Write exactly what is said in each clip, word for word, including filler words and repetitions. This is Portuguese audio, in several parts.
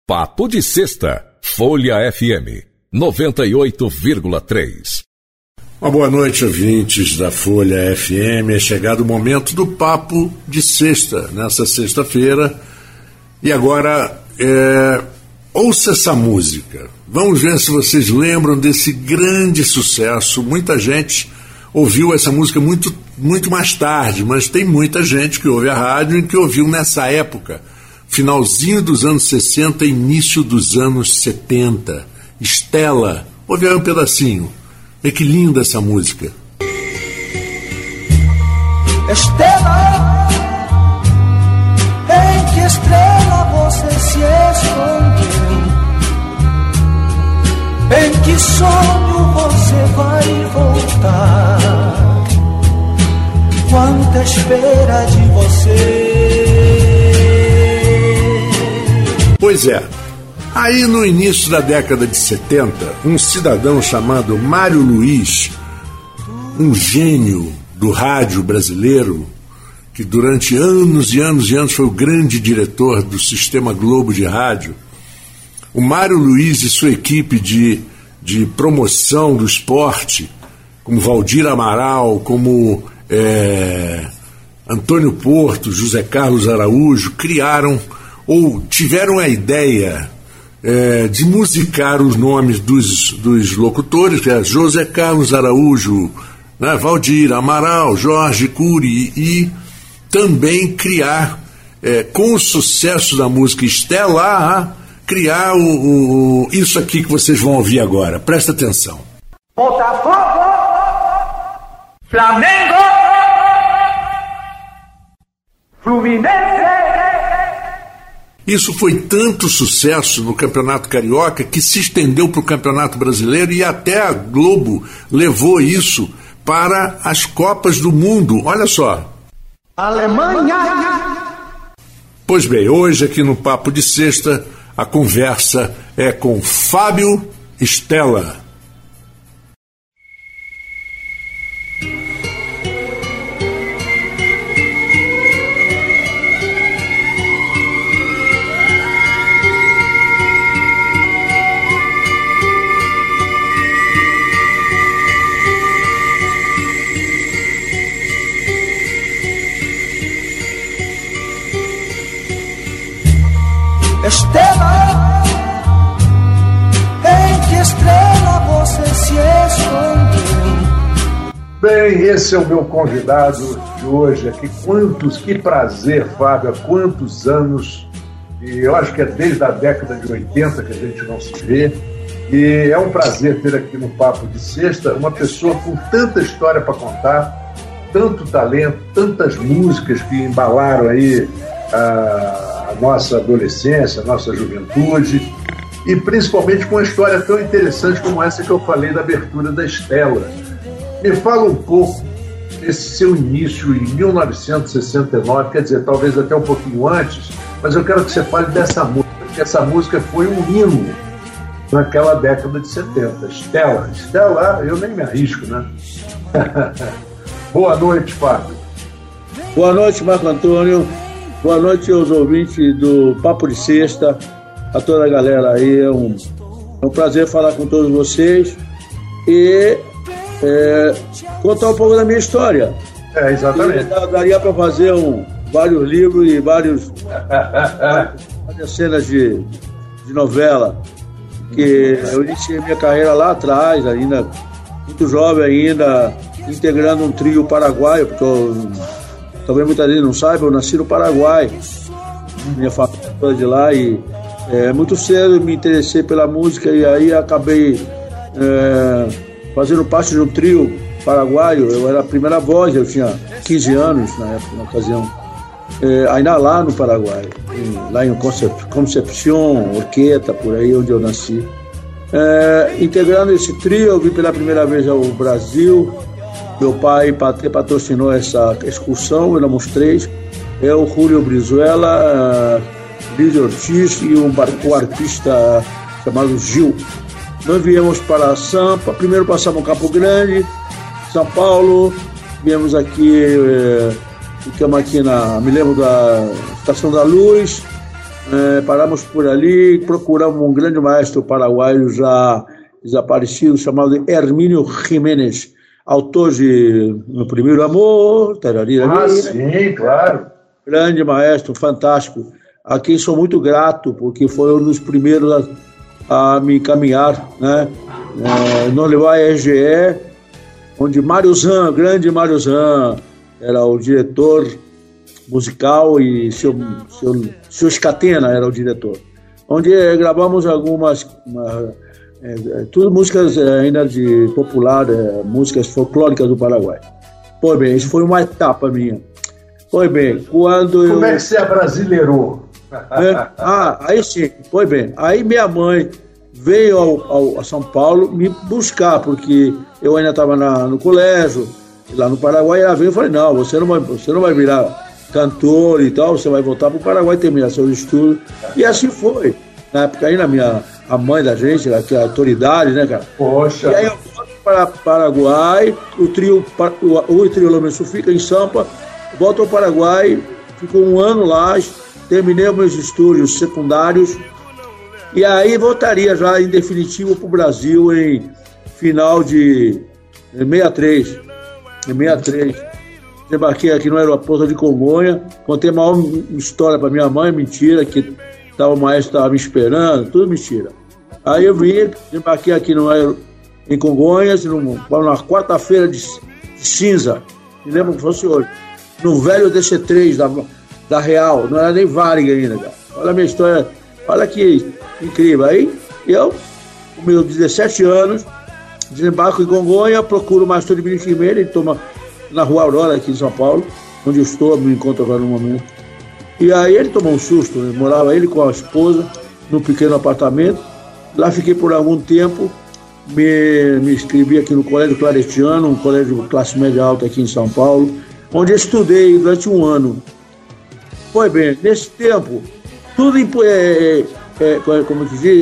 Papo de Sexta, Folha F M, noventa e oito vírgula três. Uma boa noite, ouvintes da Folha F M. É chegado o momento do Papo de Sexta, nessa sexta-feira. E agora, é... ouça essa música. Vamos ver se vocês lembram desse grande sucesso. Muita gente ouviu essa música muito, muito mais tarde, mas tem muita gente que ouve a rádio e que ouviu nessa época, finalzinho dos anos sessenta, início dos anos setenta. Estela, ouve aí um pedacinho. É que linda essa música. Estela, em que estrela você se escondeu? Em que sonho você vai voltar? Quanta espera de você. Pois é. Aí no início da década de setenta, um cidadão chamado Mário Luiz, um gênio do rádio brasileiro, que durante anos e anos e anos foi o grande diretor do Sistema Globo de rádio, o Mário Luiz e sua equipe de, de promoção do esporte, como Valdir Amaral, como é, Antônio Porto, José Carlos Araújo, criaram ou tiveram a ideia É, de musicar os nomes dos, dos locutores, que é José Carlos Araújo, né, Valdir Amaral, Jorge Cury, e também criar, é, com o sucesso da música Estela, criar o, o, isso aqui que vocês vão ouvir agora. Presta atenção. Botafogo, Flamengo, Fluminense. Isso foi tanto sucesso no Campeonato Carioca que se estendeu para o Campeonato Brasileiro e até a Globo levou isso para as Copas do Mundo. Olha só. Alemanha. Pois bem, hoje aqui no Papo de Sexta, a conversa é com Fábio Stella. Estela, em que estrela você se escondeu? Bem, esse é o meu convidado de hoje aqui. Quantos, que prazer, Fábio, há quantos anos, e eu acho que é desde a década de oitenta que a gente não se vê, e é um prazer ter aqui no Papo de Sexta uma pessoa com tanta história para contar, tanto talento, tantas músicas que embalaram aí a a nossa adolescência, a nossa juventude, e principalmente com uma história tão interessante como essa que eu falei da abertura da Estela. Me fala um pouco desse seu início em mil novecentos e sessenta e nove, quer dizer, talvez até um pouquinho antes, mas eu quero que você fale dessa música, porque essa música foi um hino naquela década de setenta. Estela, Estela, eu nem me arrisco, né? Boa noite, Fábio. Boa noite, Marco Antônio. Boa noite aos ouvintes do Papo de Sexta, a toda a galera aí. É um, é um prazer falar com todos vocês e é, contar um pouco da minha história. É, exatamente. E daria para fazer um, vários livros e vários, várias cenas de, de novela, que eu iniciei minha carreira lá atrás, ainda muito jovem ainda, integrando um trio paraguaio, porque eu, talvez muita gente não saiba, eu nasci no Paraguai, minha família toda de lá, e é, muito cedo me interessei pela música e aí acabei é, fazendo parte de um trio paraguaio. Eu era a primeira voz, eu tinha quinze anos na época, na ocasião, é, ainda lá no Paraguai, em, lá em Concep, Concepción, Orqueta, por aí onde eu nasci. É, integrando esse trio, eu vim pela primeira vez ao Brasil. Meu pai patrocinou essa excursão, éramos três, eu, Julio Brizuela, uh, Lídio Ortiz e um, um artista chamado Gil. Nós viemos para Sampa, primeiro passamos Campo Grande, São Paulo, viemos aqui, eh, ficamos aqui na, me lembro da Estação da Luz, é, paramos por ali, procuramos um grande maestro paraguaio já desaparecido, chamado Hermínio Jiménez, autor de No Primeiro Amor, tarari, ah, sim, claro. Grande maestro, fantástico, a quem sou muito grato, porque foi um dos primeiros a, a me encaminhar, né? É, nos levar a R G E, onde Mário Zan, grande Mário Zan, era o diretor musical e seu, seu, seu Scatena era o diretor, onde é, gravamos algumas, uma, é, é, tudo músicas é, ainda de popular, é, músicas folclóricas do Paraguai. Pois bem, isso foi uma etapa minha. Pois bem, quando eu... Como é que você abrasileirou? É, ah, aí sim, pois bem, aí minha mãe veio ao, ao, a São Paulo me buscar, porque eu ainda estava no colégio, lá no Paraguai, ela veio e falei, não, você não vai, você não vai virar cantor e tal, você vai voltar para o Paraguai terminar seus estudos. E assim foi. Na época ainda minha, a mãe da gente, que é a autoridade, né, cara? Poxa. E aí eu volto para o Paraguai, o trio, o, o trio Lomenço fica em Sampa, volto ao Paraguai, fico um ano lá, terminei meus estudos secundários, e aí voltaria já em definitivo para o Brasil em final de sessenta e três. Em sessenta e três. Desembarquei aqui no aeroporto de Congonha, contei a maior história para minha mãe, mentira, que tava, o maestro estava me esperando, tudo mentira. Aí eu vim, desembarquei aqui no aer... em Congonhas, numa quarta-feira de, de cinza, me lembro que fosse hoje, no velho D C três da, da Real, não era nem Varig ainda, cara. Olha a minha história, olha que incrível. Aí eu, com meus dezessete anos, desembarco em Congonha, procuro o maestro de Benito Jiménez, ele toma na Rua Aurora, aqui em São Paulo, onde eu estou, me encontro agora no momento. E aí ele tomou um susto, né? Morava ele com a esposa, num pequeno apartamento. Lá fiquei por algum tempo, me, me inscrevi aqui no Colégio Claretiano, um colégio de classe média alta aqui em São Paulo, onde eu estudei durante um ano. Pois bem, nesse tempo, tudo em, é, é, como que diz,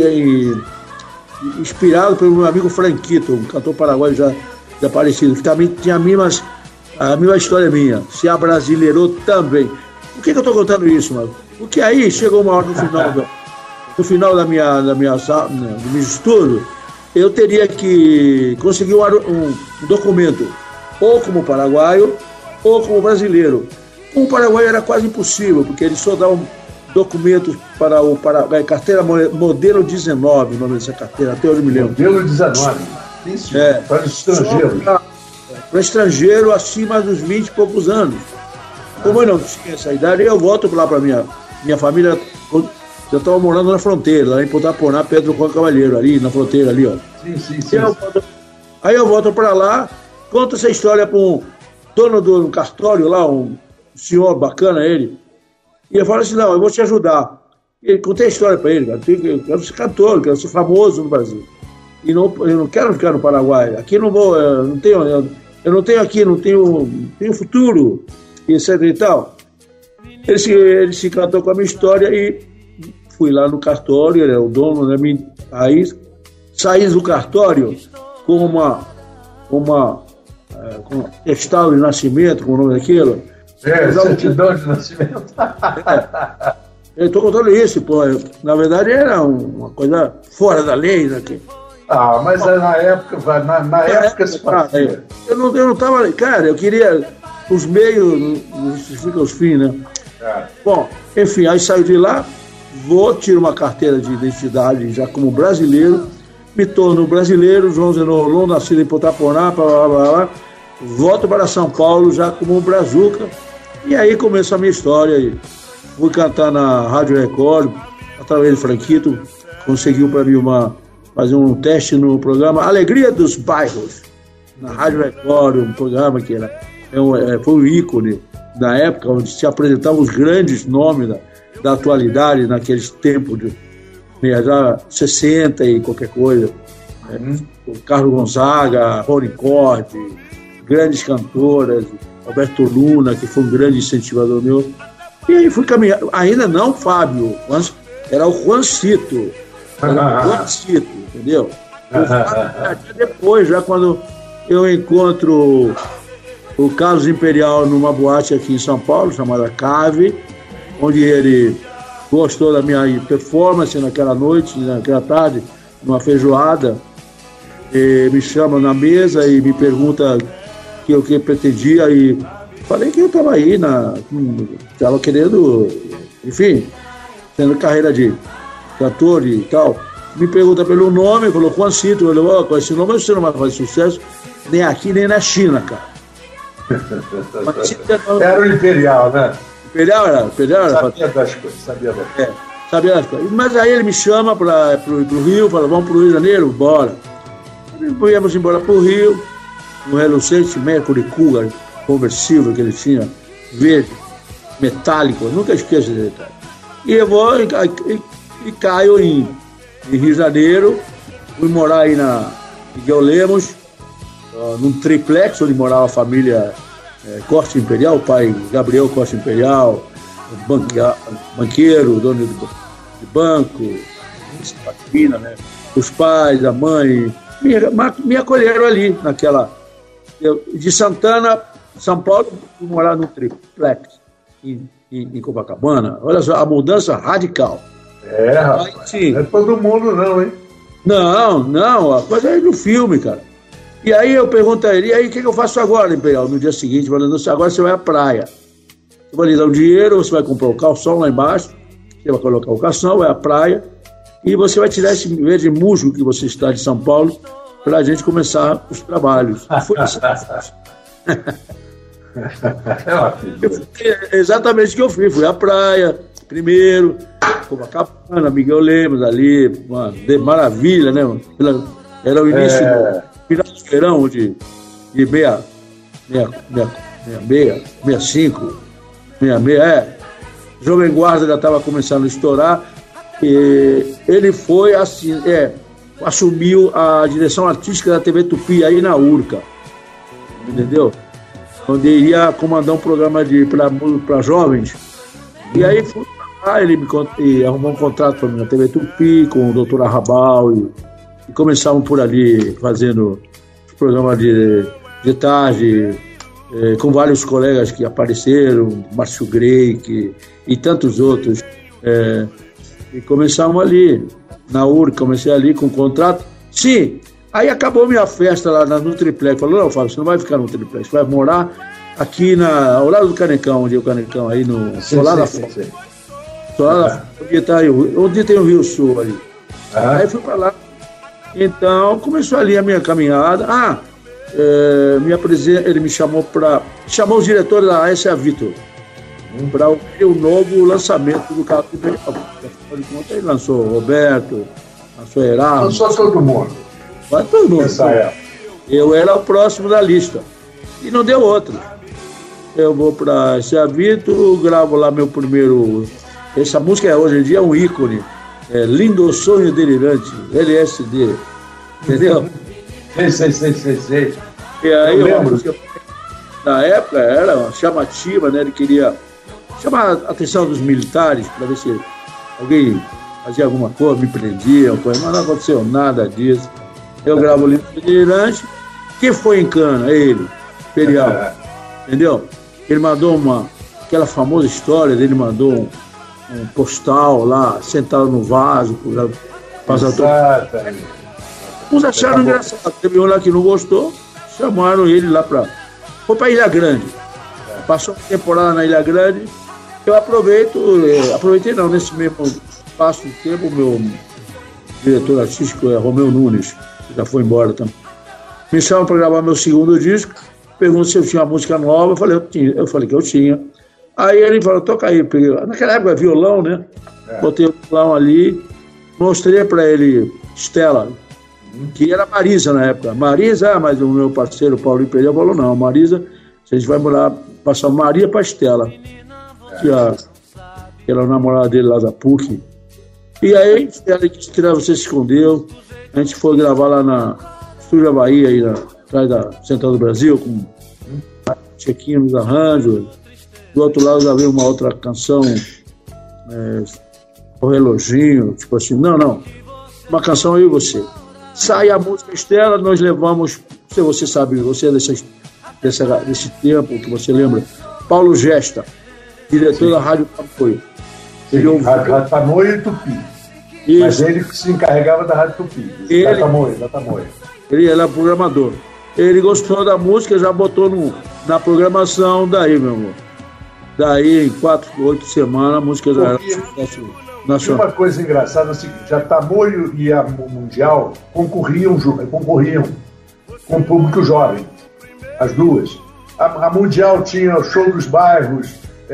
é, inspirado pelo meu amigo Franquito, um cantor paraguaio já desaparecido, que também tinha mesmas a mesma história minha, se abrasileirou também. Por que, que eu estou contando isso, mano? Porque aí chegou uma hora no final, do, no final da minha, da minha, do meu estudo, eu teria que conseguir um, um, um documento, ou como paraguaio, ou como brasileiro. Com o paraguaio era quase impossível, porque eles só davam documentos para o Paraguai, carteira modelo dezenove, o nome dessa carteira, até hoje me lembro. Modelo dezenove, isso, é, para estrangeiros. Para estrangeiro acima dos vinte e poucos anos. Como eu não tinha essa idade, eu volto lá para minha, minha família. Eu estava morando na fronteira, lá em Potaponá, perto do Juan Cavalheiro, ali na fronteira, ali, ó. Sim, sim, sim. Eu volto, aí eu volto para lá, conto essa história para um dono do cartório lá, um senhor bacana, ele. E eu falo assim, não, eu vou te ajudar. E eu contei a história para ele, cara. Eu quero ser cantor, eu quero ser famoso no Brasil. E não, eu não quero ficar no Paraguai. Aqui não vou, eu não tenho... Eu, Eu não tenho aqui, não tenho, não tenho futuro, etc e tal. Ele se, ele se encantou com a minha história e fui lá no cartório, ele é o dono, né? Aí saí do cartório com uma, uma, é, com um estado de nascimento, com o nome daquilo. É, certidão de nascimento. É, eu estou contando isso, pô. Na verdade era uma coisa fora da lei, né? Ah, mas na época, na, na época se fazia. Eu não, eu não tava, cara, eu queria os meios, não justifica os fins, né? É. Bom, enfim, aí saio de lá, vou, tiro uma carteira de identidade já como brasileiro, me torno brasileiro, João Zenolon, nascido em Potaponá, blá, blá, blá, blá, volto para São Paulo já como brazuca, e aí começa a minha história aí. Fui cantar na Rádio Record, através do Franquito, conseguiu para mim uma fazer um teste no programa Alegria dos Bairros, na Rádio Record, um programa que era, é um, é, foi um ícone na época, onde se apresentavam os grandes nomes da, da atualidade naqueles tempos de já sessenta e qualquer coisa. Uhum. É, o Carlos Gonzaga, Rony Corte, grandes cantoras, Alberto Luna, que foi um grande incentivador meu. E aí fui caminhar, ainda não Fábio, era o Juancito. Juancito, entendeu? Depois, já quando eu encontro o Carlos Imperial numa boate aqui em São Paulo, chamada Cave, onde ele gostou da minha performance naquela noite, naquela tarde, numa feijoada, e me chama na mesa e me pergunta que o que pretendia, e falei que eu estava aí, estava querendo, enfim, tendo carreira de cantor e tal. Me pergunta pelo nome, falou Juancito, eu falei, oh, com esse nome você não vai fazer sucesso nem aqui nem na China, cara. Mas, era o Imperial, né? Imperial era, Imperial era. Sabia das coisas, sabia das coisas. É, sabia das coisas. Mas aí ele me chama para o Rio, fala, vamos para o Rio de Janeiro? Bora. Íamos embora para o Rio, um relucente Mercury Cougar conversível que ele tinha, verde, metálico, nunca esqueço dele. E eu vou e, e, e caio em, em Rio de Janeiro, fui morar aí na Miguel Lemos, uh, num triplex onde morava a família é, Costa Imperial, o pai Gabriel Costa Imperial, banqueiro, banqueiro dono de, de banco, né? Os pais, a mãe, me, me acolheram ali, naquela. Eu, de Santana, São Paulo, fui morar num triplex em, em, em Copacabana. Olha só, a mudança radical. É, rapaz. Aí, não é todo mundo, não, hein? Não, não, a coisa é no filme, cara. E aí eu pergunto a ele, e aí o que, que eu faço agora, Imperial? No dia seguinte, falando, agora você vai à praia. Você vai lhe dar o dinheiro, você vai comprar o calção lá embaixo, você vai colocar o calção, vai à praia, e você vai tirar esse verde musgo que você está de São Paulo, para a gente começar os trabalhos. Foi assim. É exatamente o que eu fiz. Fui à praia, primeiro, Copacabana, Miguel Lemos ali, mano, de maravilha, né, mano? Era o início é... do final do verão de, de meia, meia, meia, meia, meia, meia cinco, meia, meia, é. Jovem Guarda já estava começando a estourar, e ele foi assim, é, assumiu a direção artística da T V Tupi aí na Urca, entendeu? Onde iria comandar um programa para jovens. E aí fui pra lá, ele me e arrumou um contrato para mim na T V Tupi com o doutor Arrabal e, e começavam por ali fazendo os programas de, de tarde, eh, com vários colegas que apareceram, Márcio Greik e tantos outros. Eh, e começavam ali na Urca, comecei ali com o contrato. Sim, aí acabou minha festa lá no Triplex. Falou, não, Fábio, você não vai ficar no Triplex, você vai morar aqui na, ao lado do Canecão, onde é o Canecão, aí no Solar da Fonte. Solar da Fonte, onde, tá aí, onde tem o Rio Sul ali. Ah. Aí fui para lá. Então, começou ali a minha caminhada. Ah, é, me apresen... ele me chamou para... Chamou os diretores da A S A Vitor hum. para o novo lançamento do carro do Imperial. Ele lançou o Roberto, lançou o Erasmo. Lançou todo mundo. Vai todo mundo. Eu era o próximo da lista. E não deu outro. Eu vou para esse Vitor, gravo lá meu primeiro... Essa música é, hoje em dia é um ícone. É Lindo Sonho Delirante, L S D. Entendeu? Sei, sei, sei, sei, sei. E aí, eu lembro. Música, na época, era chamativa, né? Ele queria chamar a atenção dos militares para ver se alguém fazia alguma coisa, me prendia, mas não aconteceu nada disso. Eu gravo o Lindo Sonho Delirante. Quem foi em cana? Ele, Imperial. Entendeu? Ele mandou uma... Aquela famosa história dele, mandou um, um postal lá, sentado no vaso. Exatamente. Uns acharam engraçado. Teve um lá que não gostou, chamaram ele lá para... Foi para Ilha Grande. Passou uma temporada na Ilha Grande. Eu aproveito... Aproveitei não, nesse mesmo espaço de tempo, o meu diretor artístico é Romeu Nunes, que já foi embora também. Me chamam para gravar meu segundo disco. Perguntou se eu tinha uma música nova. Eu falei, eu, tinha. eu falei que eu tinha. Aí ele falou, toca aí. Peguei... Naquela época, violão, né? É. Botei o violão ali. Mostrei para ele Estela, uhum. que era Marisa na época. Marisa, ah, mas o meu parceiro Paulo Imperial falou, não, Marisa, a gente vai morar, passar Maria para Estela. É. Que, a, que era a namorada dele lá da P U C. E aí, Estela disse que você se escondeu. A gente foi gravar lá na Estúdio da Bahia, aí na... atrás da Central do Brasil, com chequinho nos arranjos. Do outro lado já veio uma outra canção, é, o reloginho, tipo assim, não, não, uma canção eu e você. Sai a música Estela, nós levamos, se você sabe, você é desse, desse, desse tempo que você lembra, Paulo Gesta, diretor Sim. da Rádio Apoio. Sim, ele Rádio, Rádio Tamoio e Tupi. Isso. Mas ele se encarregava da Rádio Tupi. Ele, Tamoio, da Tamoio. Ele era programador. Ele gostou da música, já botou no, na programação, daí, meu amor. Daí, em quatro, oito semanas, a música já era sucesso nacional. Uma coisa engraçada é o seguinte, a Tamoio e a Mundial concorriam, concorriam com o público jovem, as duas. A, a Mundial tinha o show dos bairros,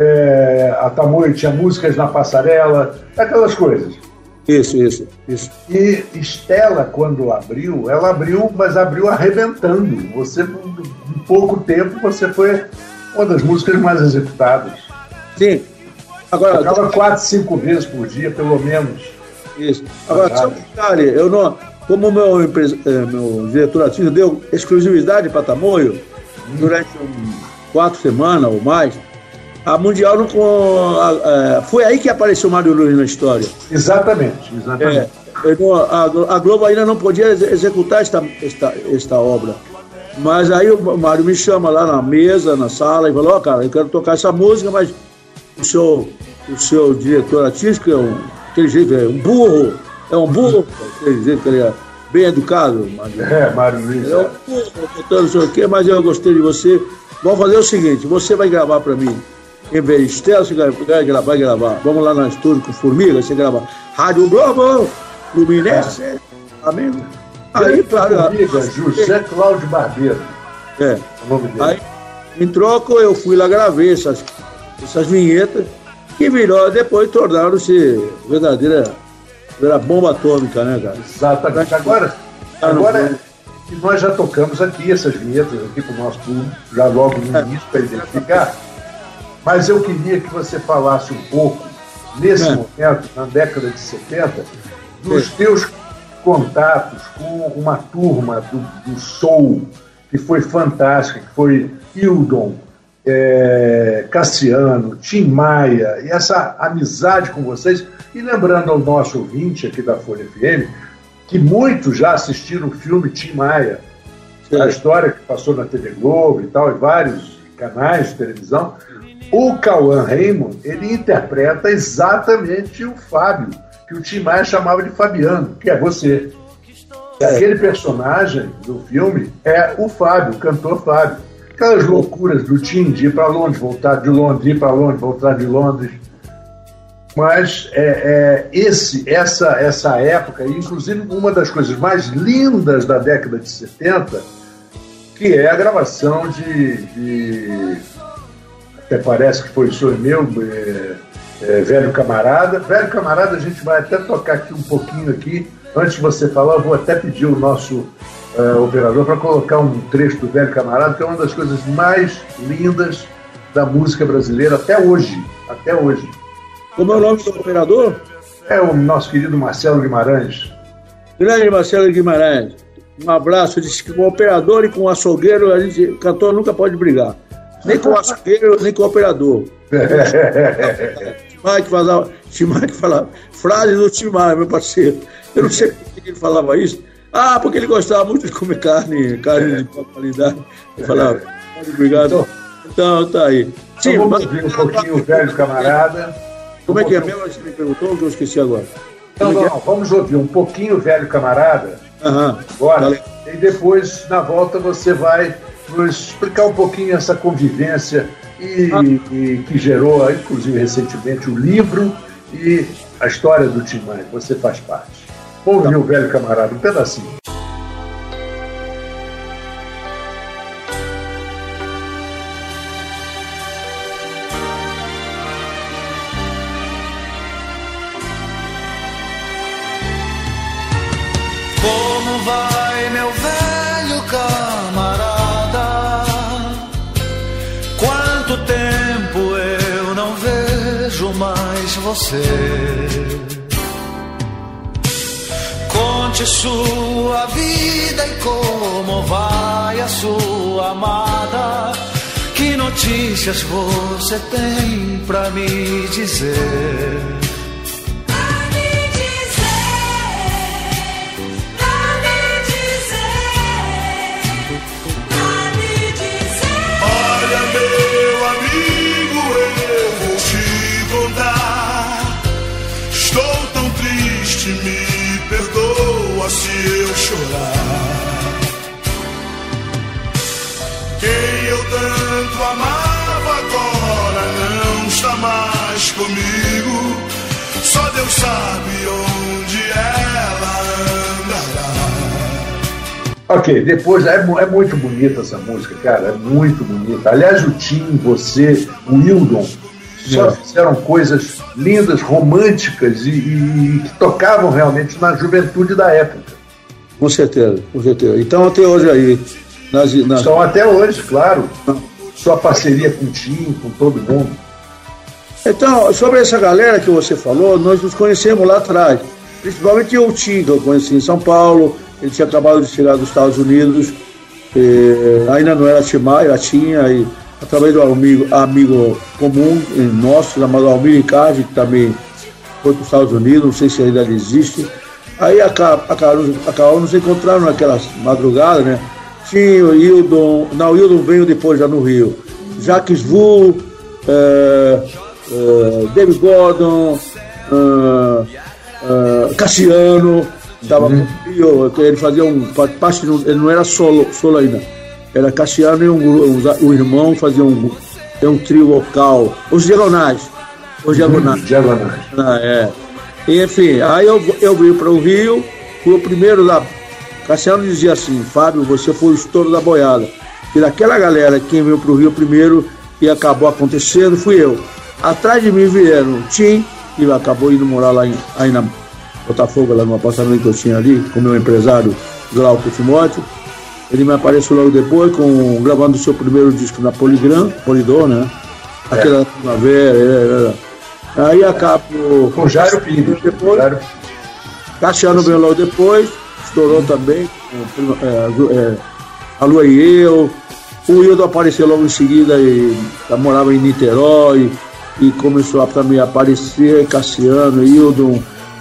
é, a Tamoio tinha músicas na passarela, aquelas coisas. Isso, isso, isso. E Estela, quando abriu, ela abriu, mas abriu arrebentando. Você, em pouco tempo, você foi uma das músicas mais executadas. Sim. Agora, tocava quatro, cinco vezes por dia, pelo menos. Isso. Agora, só um detalhe, eu não, como o meu, meu diretor artístico deu exclusividade para Tamoio, hum. durante um, quatro semanas ou mais, a Mundial não. A, a, foi aí que apareceu o Mário Luiz na história. Exatamente, exatamente. É, não, a, a Globo ainda não podia executar esta, esta, esta obra. Mas aí o Mário me chama lá na mesa, na sala, e falou: ó, oh, cara, eu quero tocar essa música, mas o seu, o seu diretor artístico é um, aquele jeito, é um burro, é um burro, aquele jeito que ele é bem educado. Mário. É, Mário Luiz. É um burro, não sei o quê, mas eu gostei de você. Vamos fazer o seguinte: você vai gravar para mim. Em vez de Estela, você vai gravar, vai gravar. Vamos lá no estúdio com Formiga, você grava Rádio Globo, Fluminense, é. amigo. Aí, para Formiga, José Cláudio Barbeiro. É. O nome dele. Aí, em troca, eu fui lá, gravei essas, essas vinhetas, que virou, depois tornaram-se verdadeira, verdadeira bomba atômica, né, cara? Exatamente. Agora, agora nós já tocamos aqui essas vinhetas aqui para o nosso público, já logo no início, para identificar. Mas eu queria que você falasse um pouco, nesse é. momento, na década de setenta, dos é. teus contatos com uma turma do, do soul, que foi fantástica, que foi Hildon, é, Cassiano, Tim Maia, e essa amizade com vocês. E lembrando ao nosso ouvinte aqui da Folha F M, que muitos já assistiram o filme Tim Maia, Sim. a história que passou na T V Globo e tal, e vários canais de televisão. O Cauã Raymond, ele interpreta exatamente o Fábio, que o Tim Maia chamava de Fabiano, que é você. Aquele personagem do filme é o Fábio, o cantor Fábio. Aquelas loucuras do Tim de ir para Londres, voltar de Londres, ir para Londres, voltar de Londres. Mas é, é, esse, essa, essa época, inclusive uma das coisas mais lindas da década de setenta, que é a gravação de... de até parece que foi o senhor meu, é, é, Velho Camarada. Velho Camarada, a gente vai até tocar aqui um pouquinho aqui. Antes de você falar, eu vou até pedir o nosso é, operador para colocar um trecho do Velho Camarada, que é uma das coisas mais lindas da música brasileira até hoje. Até hoje. Como é o nome do operador? É o nosso querido Marcelo Guimarães. Grande Marcelo Guimarães. Um abraço. Disse que com o operador e com o açougueiro, a gente, o cantor nunca pode brigar. Nem com o açougueiro, nem com o operador. Timar que falava, Timar que falava, frase do Timar, meu parceiro. Eu não sei por que ele falava isso. Ah, porque ele gostava muito de comer carne, carne de boa qualidade. Eu falava, obrigado. Então, tá aí. Sim, então vamos ouvir um pouquinho o Velho Camarada. Como é que é mesmo? Você me perguntou, que eu esqueci agora. Não, não, é? Vamos ouvir um pouquinho o Velho Camarada. Aham. Agora, vale. E depois, na volta, você vai nos explicar um pouquinho essa convivência e, ah. e que gerou, inclusive, recentemente, o livro e a história do Tim Maia, que você faz parte. Vamos ouvir tá. o Velho Camarada, um pedacinho. Como vai, meu velho camarada? Quanto tempo eu não vejo mais você? Conte sua vida e como vai a sua amada. Que notícias você tem pra me dizer? perdoa se eu chorar. Quem eu tanto amava agora não está mais comigo. Só Deus sabe onde ela andará. Ok, depois é, é muito bonita essa música, cara, é muito bonita. Aliás, o Tim, você, o Hildon, só é. fizeram coisas lindas, românticas e, e, e que tocavam realmente na juventude da época. Com certeza, com certeza. Então até hoje aí. Nas, nas... Então até hoje, claro. Sua parceria com o Tim, com todo mundo. Então, sobre essa galera que você falou, nós nos conhecemos lá atrás. Principalmente o Tim, que eu conheci em São Paulo. Ele tinha acabado de chegar dos Estados Unidos, e ainda não era Tim Maia, era Tinha, e através do amigo, amigo comum nosso, chamado Almir Icardi, que também foi para os Estados Unidos, não sei se ainda existe. Aí acabamos nos encontrando naquela madrugada, né? Tinha o Hildon, não, o Hildon veio depois já no Rio. Jacques Vu, é, é, David Gordon, é, é, Cassiano. Tava uhum. Ele fazia um parte, ele não era solo, solo ainda, era Cassiano e um, um, um irmão faziam um, um trio vocal, os Diagonais, os Diagonais, uhum, Diagonais. Ah, é. E, enfim, aí eu, eu vim para o Rio, fui o primeiro lá. Cassiano dizia assim: Fábio, você foi o estouro da boiada, e daquela galera, quem veio para o Rio primeiro e acabou acontecendo fui eu. Atrás de mim vieram o Tim, que acabou indo morar lá em, aí na Botafogo, lá no apartamento que eu tinha ali, com o meu empresário Glauco Timóteo. Ele me apareceu logo depois, com, gravando o seu primeiro disco na Poligram, Polidor, né? É. Aquela primavera. É, é. Aí acabou. Com Jairo Pires. Depois, Jairo... Cassiano veio logo depois, estourou também. É, é, a Lua e eu. O Hildo apareceu logo em seguida e morava em Niterói e começou a também aparecer Cassiano, Hildon.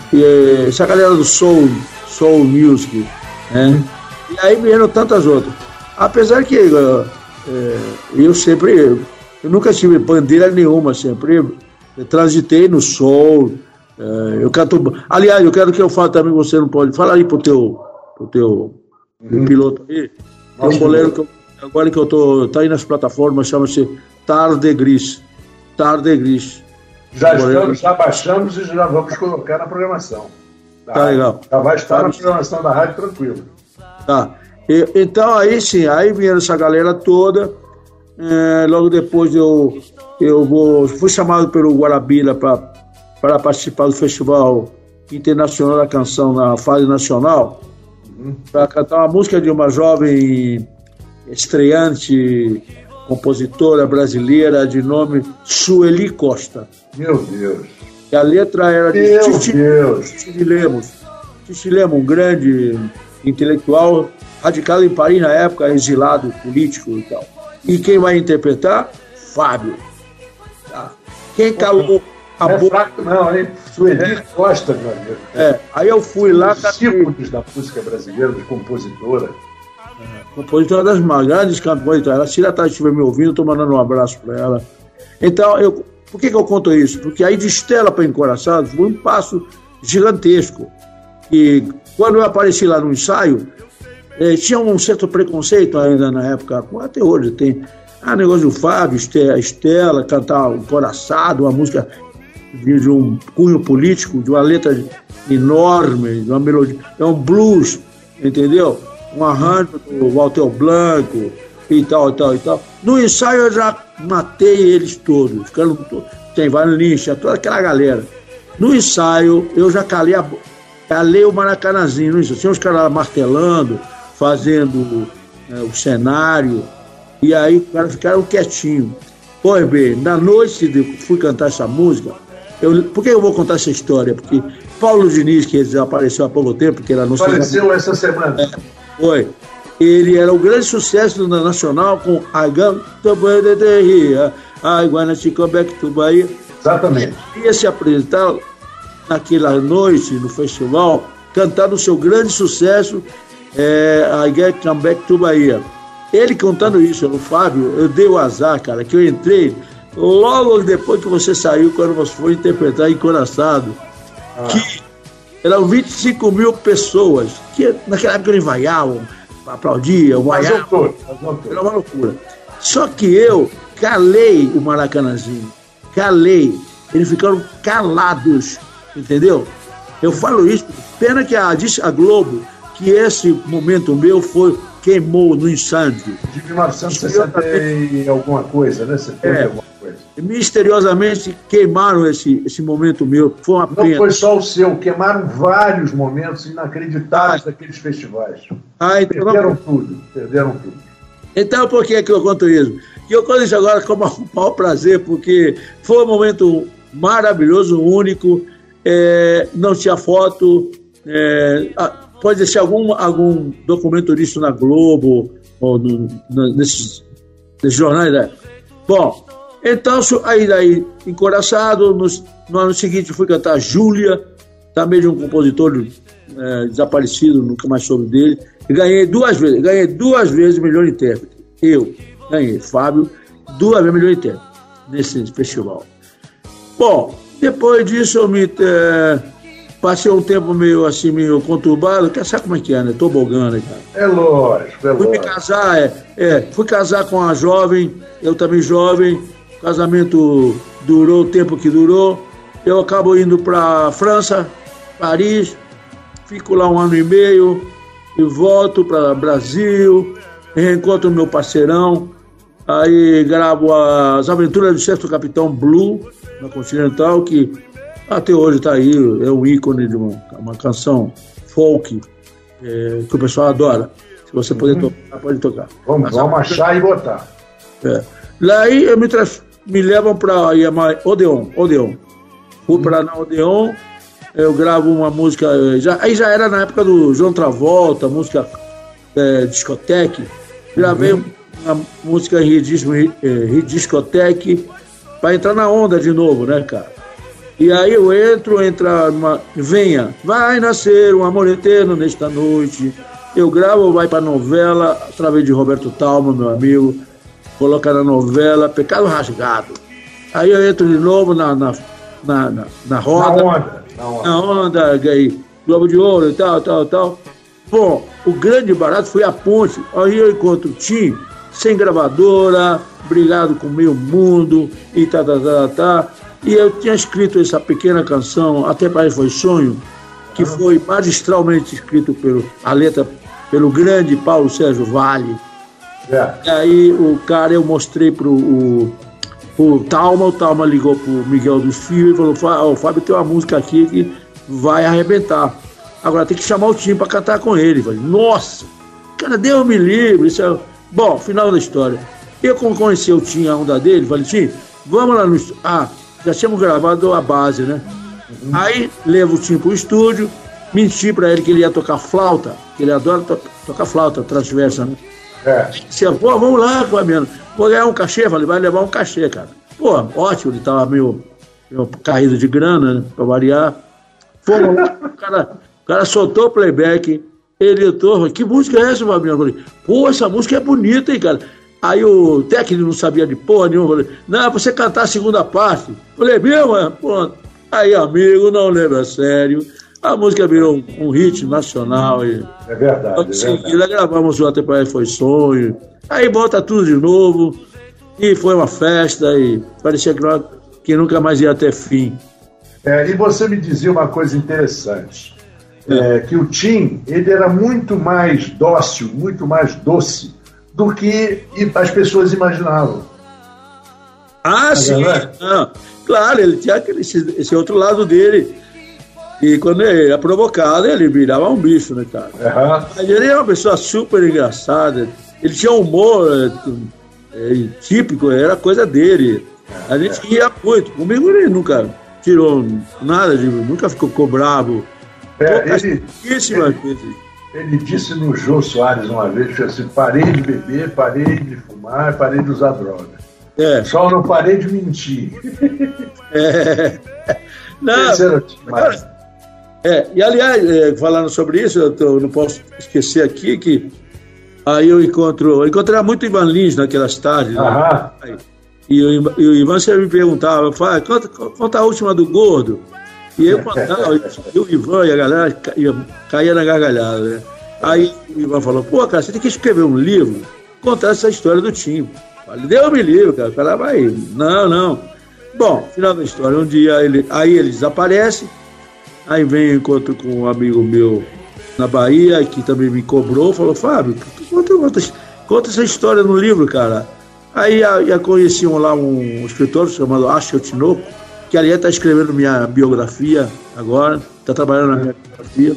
E essa galera do Soul, Soul Music, né? E aí vieram tantas outras. Apesar que é, eu sempre, eu nunca tive bandeira nenhuma, sempre eu transitei no Soul. É, eu canto. Aliás, eu quero que eu fale também, você não pode. Fala aí pro teu, pro teu, uhum. piloto aí. Tem um boleiro que eu, agora que eu tô, tá aí nas plataformas, chama-se Tarde Gris. Tarde Gris. Já estamos, já baixamos e já vamos colocar na programação. Tá, tá legal. Já vai estar tá. na programação da rádio tranquilo. Tá. E, então aí sim, aí vieram essa galera toda. É, logo depois eu, eu vou, fui chamado pelo Guarabira para participar do Festival Internacional da Canção na fase nacional, uhum. para cantar uma música de uma jovem estreante compositora brasileira de nome Sueli Costa. Meu Deus. E a letra era de Meu Titi, Deus. Titi Lemos. Titi Lemos, um grande intelectual, radicado em Paris na época, exilado político e tal. E quem vai interpretar? Fábio. Tá. Quem calou a não boca... é fraco não, hein? Sueli é. Costa, meu amigo. É, aí eu fui lá... Os símbolos da música brasileira, de compositora. É, compositora das mais grandes compositoras. Se ela estiver me ouvindo, estou mandando um abraço para ela. Então, eu, por que, que eu conto isso? Porque aí de Estela para Encoraçados foi um passo gigantesco. E quando eu apareci lá no ensaio, eh, tinha um certo preconceito ainda na época, até hoje tem. Ah, negócio do Fábio, Estela, cantar um coraçado, uma música de, de um cunho político, de uma letra enorme, de uma melodia. É um blues, entendeu? Um arranjo do Walter Blanco e tal, e tal, e tal. No ensaio eu já matei eles todos. Ficaram, tem Van Licha, toda aquela galera. No ensaio eu já calei, a, calei o Maracanãzinho. Isso. Tinha os caras martelando, fazendo é, o cenário. E aí os caras ficaram quietinhos. Pois bem, na noite de fui cantar essa música. Eu, por que eu vou contar essa história? Porque Paulo Diniz, que desapareceu há pouco tempo, que era no Apareceu essa semana. É, foi. Ele era o grande sucesso da Nacional com I Got to Be the Here, I Wanna Come Back to Bahia. Exatamente. Ele ia se apresentar naquela noite, no festival, cantando o seu grande sucesso, é, I Get to Come Back to Bahia. Ele contando isso, o Fábio, eu dei o azar, cara, que eu entrei logo depois que você saiu, quando você foi interpretar Encoraçado. Ah. Que eram vinte e cinco mil pessoas, que naquela época eles vaiavam, aplaudiam, vaiavam. Era uma loucura. Só que eu calei o Maracanãzinho, calei. Eles ficaram calados, entendeu? Eu falo isso, pena que a, disse a Globo que esse momento meu foi, queimou no incêndio. De mil novecentos e sessenta e alguma coisa, né? setenta é, alguma coisa. Misteriosamente queimaram esse, esse momento meu, foi uma pena. Não foi só o seu, queimaram vários momentos inacreditáveis ah, daqueles festivais. Ah, então perderam não... tudo, perderam tudo. Então por que, que eu conto isso? Que eu conto isso agora com o maior prazer, porque foi um momento maravilhoso, único, é, não tinha foto, é, pode deixar algum, algum documento disso na Globo, ou no, no, nesses, nesses jornais, né? Bom, então, aí daí, encoraçado, no, no ano seguinte fui cantar Júlia, também de um compositor é, desaparecido, nunca mais soube dele, e ganhei duas vezes, ganhei duas vezes melhor intérprete. Eu ganhei, Fábio, duas vezes melhor intérprete nesse festival. Bom, depois disso eu me é, passei um tempo meio assim, meio conturbado, quer saber como é que é, né? Tobogã, né, cara? É lógico, é lógico. Fui me casar, é, é, fui casar com uma jovem, eu também jovem, o casamento durou o tempo que durou, eu acabo indo para França, Paris, fico lá um ano e meio, e volto para Brasil, reencontro meu parceirão, aí gravo as Aventuras do Sexto Capitão Blue, na Continental, que até hoje está aí, é um ícone de uma, uma canção folk, é, que o pessoal adora. Se você puder uhum. tocar, pode tocar. Vamos, vamos achar e botar. É. Daí eu me, trans, me levam para Odeon, Odeon. Fui uhum. para na Odeon, eu gravo uma música, já, aí já era na época do João Travolta, música é, discoteque. Gravei uhum. uma música em discoteque, para entrar na onda de novo, né, cara? E aí eu entro, entra uma... Venha, vai nascer um amor eterno nesta noite. Eu gravo, vai pra novela, através de Roberto Talma, meu amigo, coloca na novela, Pecado Rasgado. Aí eu entro de novo na, na, na, na, na roda. Na onda. Na onda, na onda ganhei Globo de Ouro e tal, tal, tal. Bom, o grande barato foi a ponte. Aí eu encontro o Tim, sem gravadora, brigado com o meio mundo, e tá, tá, tá, tá. E eu tinha escrito essa pequena canção, Até Parece Foi Sonho, que foi magistralmente escrito pelo, a letra pelo grande Paulo Sérgio Vale. É. E aí o cara, eu mostrei pro o, o Talma, o Talma ligou pro Miguel dos Fios e falou, ó, oh, Fábio, tem uma música aqui que vai arrebentar. Agora tem que chamar o time para cantar com ele. Eu falei, nossa, cara, Deus me livre. Isso é... Bom, final da história. Eu, como conheci o Tim, a onda dele, falei, Tim, vamos lá no estúdio. Ah, já tínhamos gravado a base, né? Uhum. Aí, levo o Tim pro estúdio, menti pra ele que ele ia tocar flauta, que ele adora to tocar flauta transversa, né? É. Disse, pô, vamos lá, Fabiano, vou ganhar um cachê. Falei, vai levar um cachê, cara. Pô, ótimo, ele tava meio, meio caído de grana, né? Pra variar. Fomos lá, o cara, o cara soltou o playback, ele entrou, que música é essa, Fabiano? Falei, pô, essa música é bonita, hein, cara? Aí o técnico não sabia de porra nenhuma, falei, não, você cantar a segunda parte. Falei, meu, mano, pronto. Aí, amigo, não leva a sério. A música virou um, um hit nacional. E, é verdade. Em seguida, gravamos o Até Parece Foi Sonho. Aí volta tudo de novo. E foi uma festa e parecia que, não, que nunca mais ia ter fim. É, e você me dizia uma coisa interessante. É. É, que o Tim, ele era muito mais dócil, muito mais doce do que as pessoas imaginavam. Ah, sim. Não, claro, ele tinha aquele, esse, esse outro lado dele. E quando ele era provocado, ele virava um bicho, né, cara? Uhum. Mas ele era uma pessoa super engraçada. Ele tinha um humor é, é, típico, era coisa dele. A gente ia muito. Comigo ele nunca tirou nada, de, nunca ficou, ficou bravo. É, ele, ele, ele disse no Jô Soares uma vez, assim, parei de beber, parei de fumar, parei de usar droga. É. Só não parei de mentir. É. Não, mas, é, e aliás, é, falando sobre isso, eu, tô, eu não posso esquecer aqui que aí eu encontro, eu encontrei muito Ivan Lins naquelas tardes. Né? E, o, e o Ivan sempre me perguntava, conta, conta a última do Gordo. E eu contava, e o Ivan e a galera caía, caía na gargalhada, né? Aí o Ivan falou, pô, cara, você tem que escrever um livro, contar essa história do Tim. Falei, Deus-me livre, cara, o cara vai, não, não. Bom, final da história, um dia ele, aí ele desaparece, aí vem encontro com um amigo meu na Bahia, que também me cobrou, falou, Fábio, conta, conta, conta essa história no livro, cara. Aí já conheciam lá um escritor chamado Axel Tinoco, que aliás está escrevendo minha biografia agora, está trabalhando na minha biografia,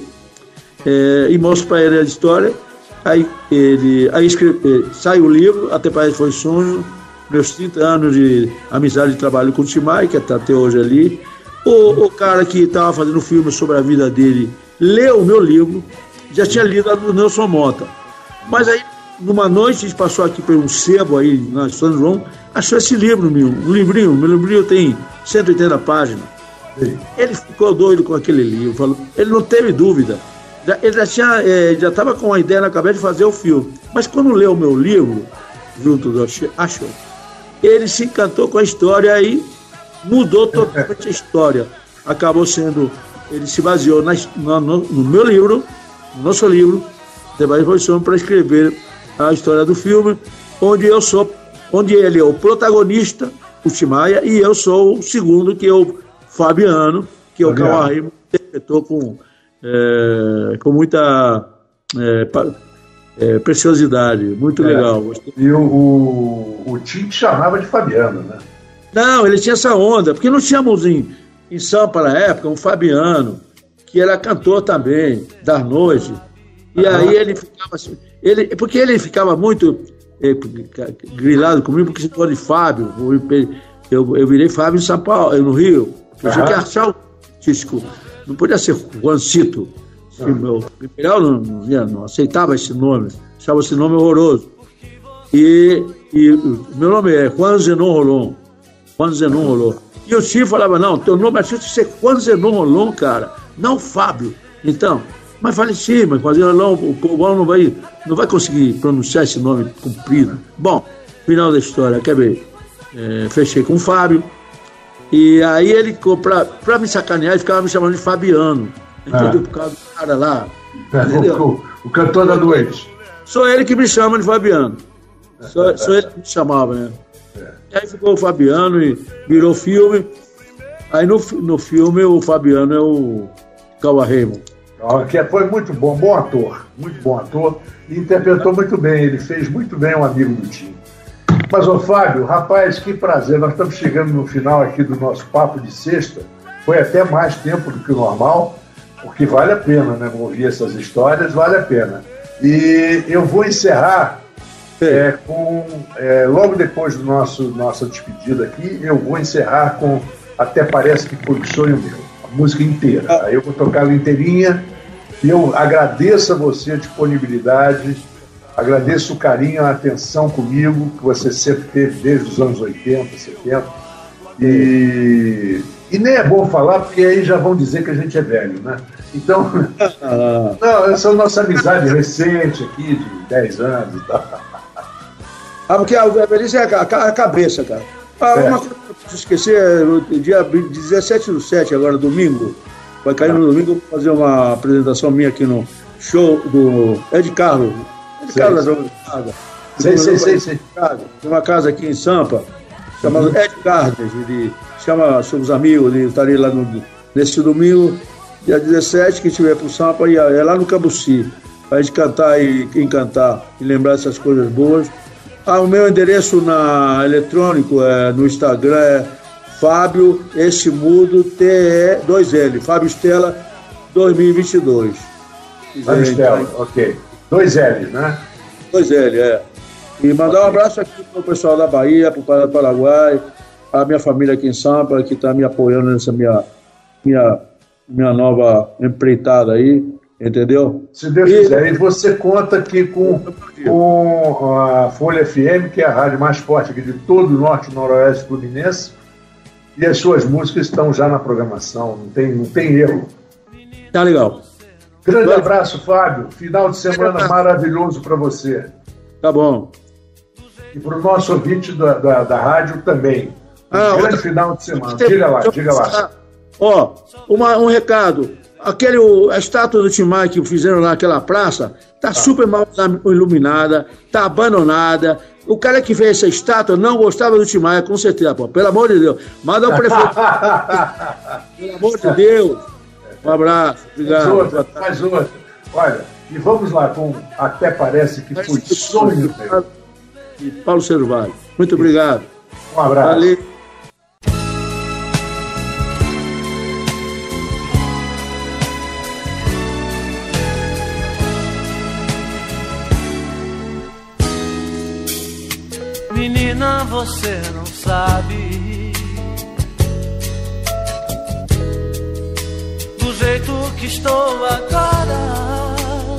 é, e mostro para ele a história. Aí, ele, aí escreve, sai o livro, Até Parece Foi Sonho, meus trinta anos de amizade e trabalho com o Tim Maia, que está até hoje ali. O, o cara que estava fazendo filme sobre a vida dele leu o meu livro, já tinha lido a do Nelson Mota. Mas aí, numa noite, a gente passou aqui por um sebo aí na São João, achou esse livro meu, um livrinho, meu livrinho tem cento e oitenta páginas. Sim. Ele ficou doido com aquele livro, falou, ele não teve dúvida. Ele já tinha, é, já estava com a ideia na cabeça de fazer o filme. Mas quando leu o meu livro, junto do Axel, ele se encantou com a história e mudou totalmente a história. Acabou sendo, ele se baseou na, no, no meu livro, no nosso livro, para escrever a história do filme, onde eu sou, onde ele é o protagonista, o Tim Maia, e eu sou o segundo, que é o Fabiano, que é o Cauã interpretou com, é, com muita é, é, preciosidade, muito é. legal. E o, o, o Tim te chamava de Fabiano, né? Não, ele tinha essa onda, porque nós tínhamos em, em Sampa na época um Fabiano, que era cantor também, das noites, e ah. aí ele ficava assim, ele, porque ele ficava muito é, grilado comigo, porque se for de Fábio, eu, eu virei Fábio em São Paulo, no Rio, eu tinha que achar o artístico, não podia ser Juancito, ah. meu Imperial não, não, não aceitava esse nome, achava esse nome horroroso, e, e meu nome é Juan Zenon Rolon, Juan Zenon Rolon, e o Tim falava, não, teu nome artístico é Juan Zenon Rolon, cara, não Fábio, então... Mas falei, sim, mas não, o povo não vai, não vai conseguir pronunciar esse nome comprido. Bom, final da história, acabei. É, fechei com o Fábio. E aí ele, para me sacanear, ele ficava me chamando de Fabiano. Entendeu? Ah. Por causa do cara lá. É, o, o cantor da noite. Sou ele que me chama de Fabiano. Sou, sou ele que me chamava, né? É. E aí ficou o Fabiano e virou filme. Aí no, no filme o Fabiano é o Cauã Raymond. Que foi muito bom, bom ator, muito bom ator, e interpretou muito bem, ele fez muito bem um amigo do Tim. Mas, ô Fábio, rapaz, que prazer, nós estamos chegando no final aqui do nosso papo de sexta, foi até mais tempo do que o normal, porque vale a pena, né, ouvir essas histórias, vale a pena. E eu vou encerrar é, com, é, logo depois do nosso nossa despedida aqui, eu vou encerrar com Até Parece Que Foi um Sonho Meu, a música inteira. Aí eu vou tocar ela inteirinha. E eu agradeço a você a disponibilidade, agradeço o carinho, a atenção comigo, que você sempre teve desde os anos oitenta, setenta. E, e nem é bom falar, porque aí já vão dizer que a gente é velho, né? Então, não, essa é a nossa amizade recente aqui, de dez anos e tal. Ah, porque a velhice é a, a cabeça, cara. Ah, uma coisa que eu preciso esquecer, é dia dezessete do sete, agora domingo. Vai cair no domingo, eu vou fazer uma apresentação minha aqui no show do Ed Carlos. Ed Carlos da casa. Sim, sim, sim, sim. Tem uma casa aqui em Sampa, chamada uhum. Ed Carlos. Ele chama seus amigos, ele estaria lá no, nesse domingo, dia dezessete, que estiver para o Sampa, e é lá no Cambuci. Para a gente cantar e encantar e lembrar essas coisas boas. Ah, o meu endereço na eletrônico, é, no Instagram é Fábio S Mudo T E dois L, Fábio Stella dois mil e vinte e dois. Fábio Stella, ok. Dois L, né? Dois L, é. E mandar um abraço aqui para o pessoal da Bahia, para o Paraguai, a minha família aqui em Sampa, que está me apoiando nessa minha, minha, minha nova empreitada aí, entendeu? Se Deus e... quiser. E você conta aqui com, com a Folha F M, que é a rádio mais forte aqui de todo o Norte e Noroeste Fluminense, e as suas músicas estão já na programação, não tem, não tem erro. Tá legal. Grande Vai. abraço, Fábio. Final de semana maravilhoso para você. Tá bom. E para o nosso ouvinte da, da, da rádio também. Um ah, grande outra... final de semana. Diga lá, diga lá. Ó, uma, um recado. Aquele, a estátua do Tim Maia que fizeram lá naquela praça tá super mal iluminada, tá abandonada. O cara que fez essa estátua não gostava do Tim Maia, com certeza, pô. Pelo amor de Deus. Manda o prefeito. Pelo amor de Deus. Um abraço. Obrigado. Mais outra, mais outra. Olha, e vamos lá com Até Parece Que Foi Sonho Meu. E Paulo Cervalho. Muito obrigado. Um abraço. Valeu. Menina, você não sabe do jeito que estou agora.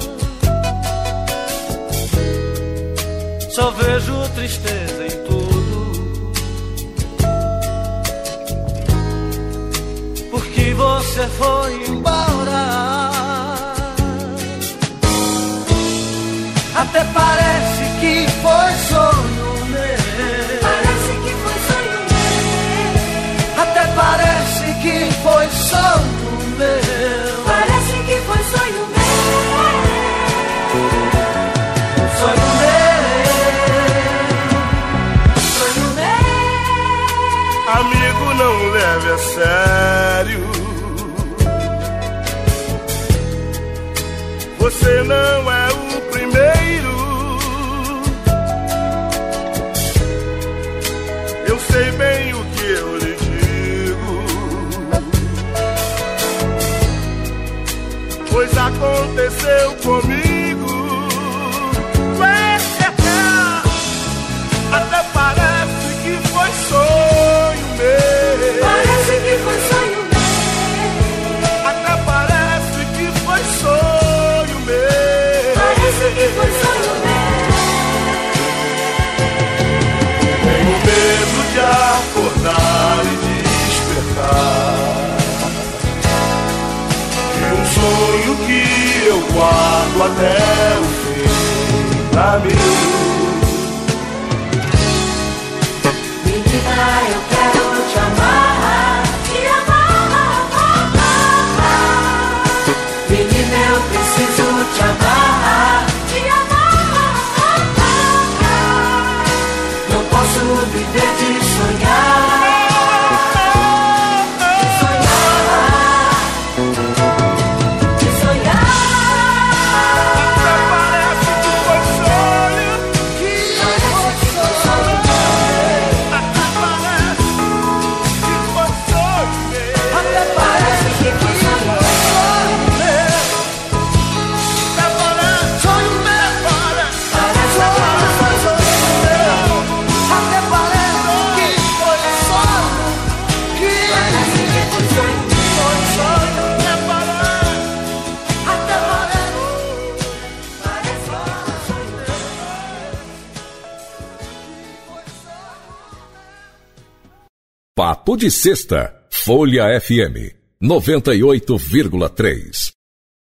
Só vejo tristeza em tudo, porque você foi embora. Até parece que foi sonho. Parece que foi sonho meu. Até parece que foi sonho meu. Parece que foi sonho meu. Sonho meu. Sonho meu. Amigo, não leve a sério. Você não é o primeiro. Eu sei bem o que eu lhe digo, pois aconteceu comigo. Até parece que foi sonho meu. Parece que foi sonho meu. Até parece que foi sonho meu. Parece que foi sonho meu. Tenho medo de acordar e despertar de um sonho que eu guardo até o fim pra mim. Menina, eu quero te amar, te amar. Menina, eu preciso te amar, te amar. Não posso viver de sonhar. Papo de Sexta, Folha F M, noventa e oito vírgula três.